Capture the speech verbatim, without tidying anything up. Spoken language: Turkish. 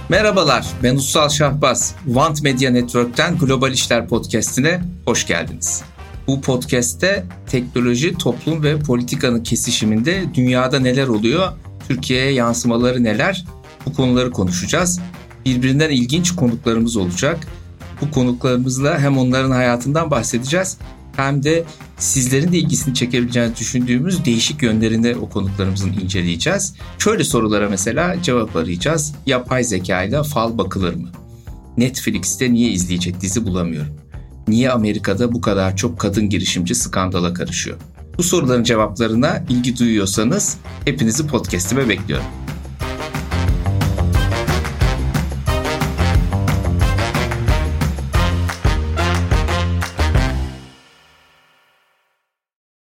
Merhabalar, ben Ussal Şahbaz. Want Media Network'ten Global İşler Podcast'ine hoş geldiniz. Bu podcast'te teknoloji, toplum ve politikanın kesişiminde dünyada neler oluyor, Türkiye'ye yansımaları neler, bu konuları konuşacağız. Birbirinden ilginç konuklarımız olacak. Bu konuklarımızla hem onların hayatından bahsedeceğiz, hem de sizlerin de ilgisini çekebileceğini düşündüğümüz değişik yönlerini o konuklarımızın inceleyeceğiz. Şöyle sorulara mesela cevap arayacağız. Yapay zeka ile fal bakılır mı? Netflix'te niye izleyecek dizi bulamıyorum? Niye Amerika'da bu kadar çok kadın girişimci skandala karışıyor? Bu soruların cevaplarına ilgi duyuyorsanız hepinizi podcast'ime bekliyorum.